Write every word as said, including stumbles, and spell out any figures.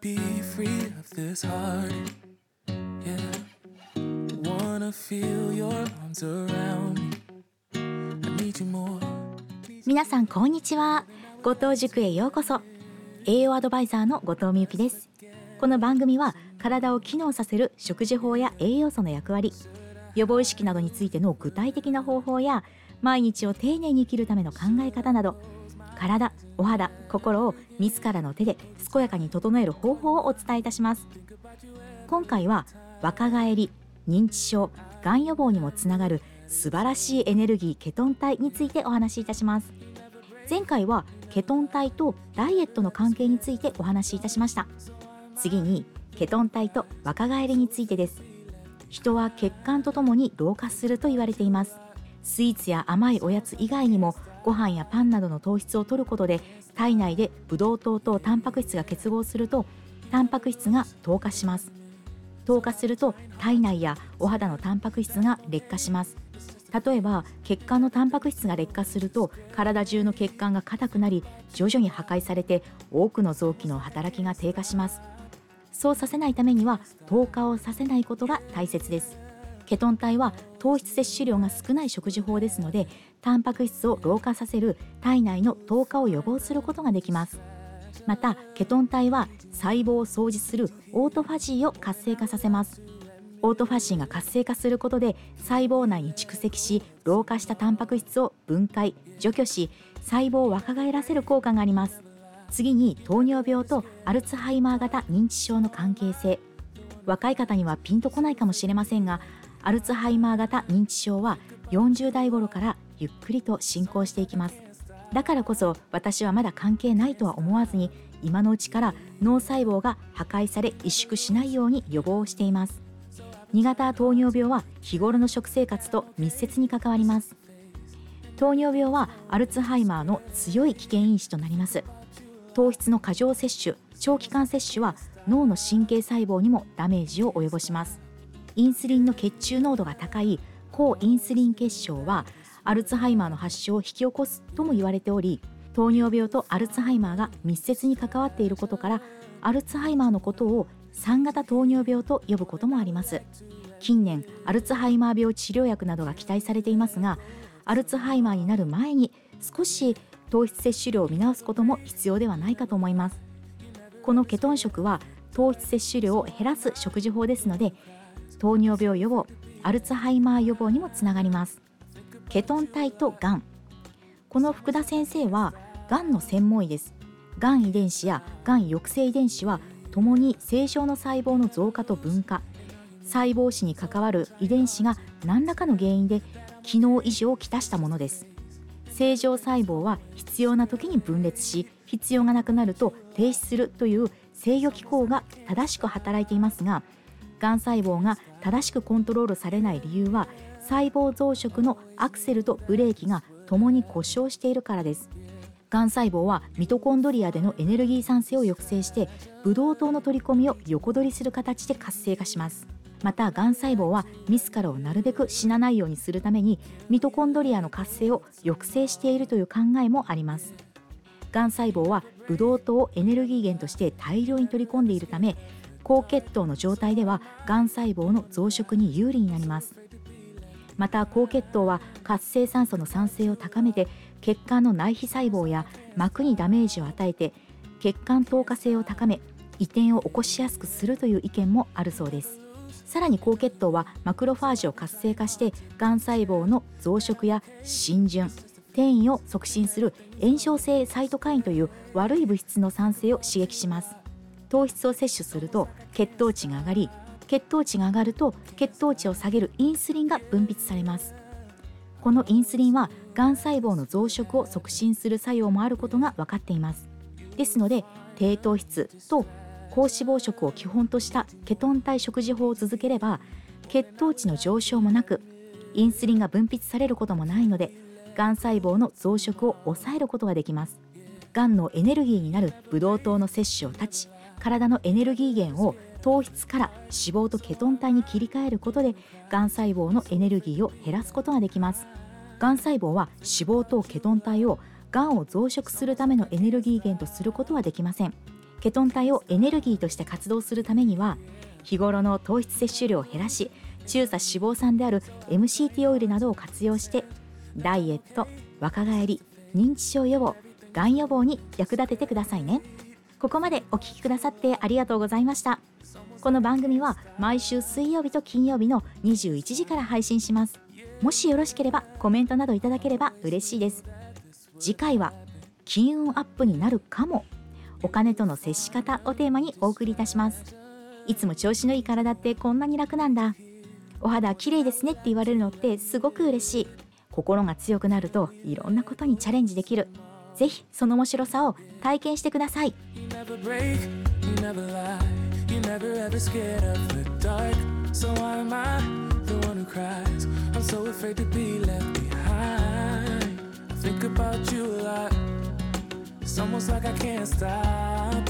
be free of this heart. Yeah, wanna feel your arms around me. I need you more. 皆さんこんにちは。後藤塾へようこそ。栄養アドバイザーの後藤美由紀です。この番組は体を機能させる食事法や栄養素の役割、予防意識などについての具体的な方法や毎日を丁寧に生きるための考え方など、体、お肌、心を自らの手で健やかに整える方法をお伝えいたします。今回は若返り、認知症、がん予防にもつながる素晴らしいエネルギーケトン体についてお話しいたします。前回はケトン体とダイエットの関係についてお話しいたしました。次にケトン体と若返りについてです。人は血管とともに老化すると言われています。スイーツや甘いおやつ以外にもご飯やパンなどの糖質を摂ることで体内でブドウ糖とタンパク質が結合するとタンパク質が糖化します。糖化すると体内やお肌のタンパク質が劣化します。例えば血管のタンパク質が劣化すると体中の血管が硬くなり徐々に破壊されて多くの臓器の働きが低下します。そうさせないためには糖化をさせないことが大切です。ケトン体は糖質摂取量が少ない食事法ですので、タンパク質を老化させる体内の糖化を予防することができます。またケトン体は細胞を掃除するオートファジーを活性化させます。オートファジーが活性化することで細胞内に蓄積し老化したタンパク質を分解除去し細胞を若返らせる効果があります。次に糖尿病とアルツハイマー型認知症の関係性。若い方にはピンとこないかもしれませんが、アルツハイマー型認知症はよんじゅう代頃からゆっくりと進行していきます。だからこそ私はまだ関係ないとは思わずに今のうちから脳細胞が破壊され萎縮しないように予防をしています。に型糖尿病は日頃の食生活と密接に関わります。糖尿病はアルツハイマーの強い危険因子となります。糖質の過剰摂取、長期間摂取は脳の神経細胞にもダメージを及ぼします。インスリンの血中濃度が高い高インスリン血症はアルツハイマーの発症を引き起こすとも言われており、糖尿病とアルツハイマーが密接に関わっていることからアルツハイマーのことをさん型糖尿病と呼ぶこともあります。近年アルツハイマー病治療薬などが期待されていますが、アルツハイマーになる前に少し糖質摂取量を見直すことも必要ではないかと思います。このケトン食は糖質摂取量を減らす食事法ですので、糖尿病予防、アルツハイマー予防にもつながります。ケトン体とがん。この福田先生はがんの専門医です。がん遺伝子やがん抑制遺伝子はともに正常の細胞の増加と分化、細胞死に関わる遺伝子が何らかの原因で機能維持をきたしたものです。正常細胞は必要な時に分裂し、必要がなくなると停止するという制御機構が正しく働いていますが、がん細胞が正しくコントロールされない理由は細胞増殖のアクセルとブレーキがともに故障しているからです。がん細胞はミトコンドリアでのエネルギー産生を抑制してブドウ糖の取り込みを横取りする形で活性化します。またがん細胞は自らをなるべく死なないようにするためにミトコンドリアの活性を抑制しているという考えもあります。がん細胞はブドウ糖をエネルギー源として大量に取り込んでいるため、高血糖の状態ではがん細胞の増殖に有利になります。また高血糖は活性酸素の産生を高めて血管の内皮細胞や膜にダメージを与えて血管糖化性を高め移転を起こしやすくするという意見もあるそうです。さらに高血糖はマクロファージを活性化してがん細胞の増殖や浸潤、転移を促進する炎症性サイトカインという悪い物質の産生を刺激します。糖質を摂取すると血糖値が上がり、血糖値が上がると血糖値を下げるインスリンが分泌されます。このインスリンはがん細胞の増殖を促進する作用もあることが分かっています。ですので低糖質と高脂肪食を基本としたケトン体食事法を続ければ血糖値の上昇もなくインスリンが分泌されることもないので、がん細胞の増殖を抑えることができます。がんのエネルギーになるブドウ糖の摂取を断ち、体のエネルギー源を糖質から脂肪とケトン体に切り替えることでがん細胞のエネルギーを減らすことができます。がん細胞は脂肪とケトン体をがんを増殖するためのエネルギー源とすることはできません。 ケトン体をエネルギーとして活動するためには、日頃の糖質摂取量を減らし、中鎖脂肪酸である エムシーティー オイルなどを活用して、ダイエット、若返り、認知症予防、がん予防に役立ててくださいね。ここまでお聞きくださってありがとうございました。この番組は毎週水曜日と金曜日のにじゅういちじから配信します。もしよろしければコメントなどいただければ嬉しいです。次回は金運アップになるかも、お金との接し方をテーマにお送りいたします。いつも調子のいい体ってこんなに楽なんだ、お肌綺麗ですねって言われるのってすごく嬉しい。心が強くなるといろんなことにチャレンジできる。ぜひその面白さを体験してください。 You never break, you never lie, you never ever scared of the dark. So why am I the one who cries? I'm so afraid to be left behind. I think about you a lot. It's almost like I can't stop.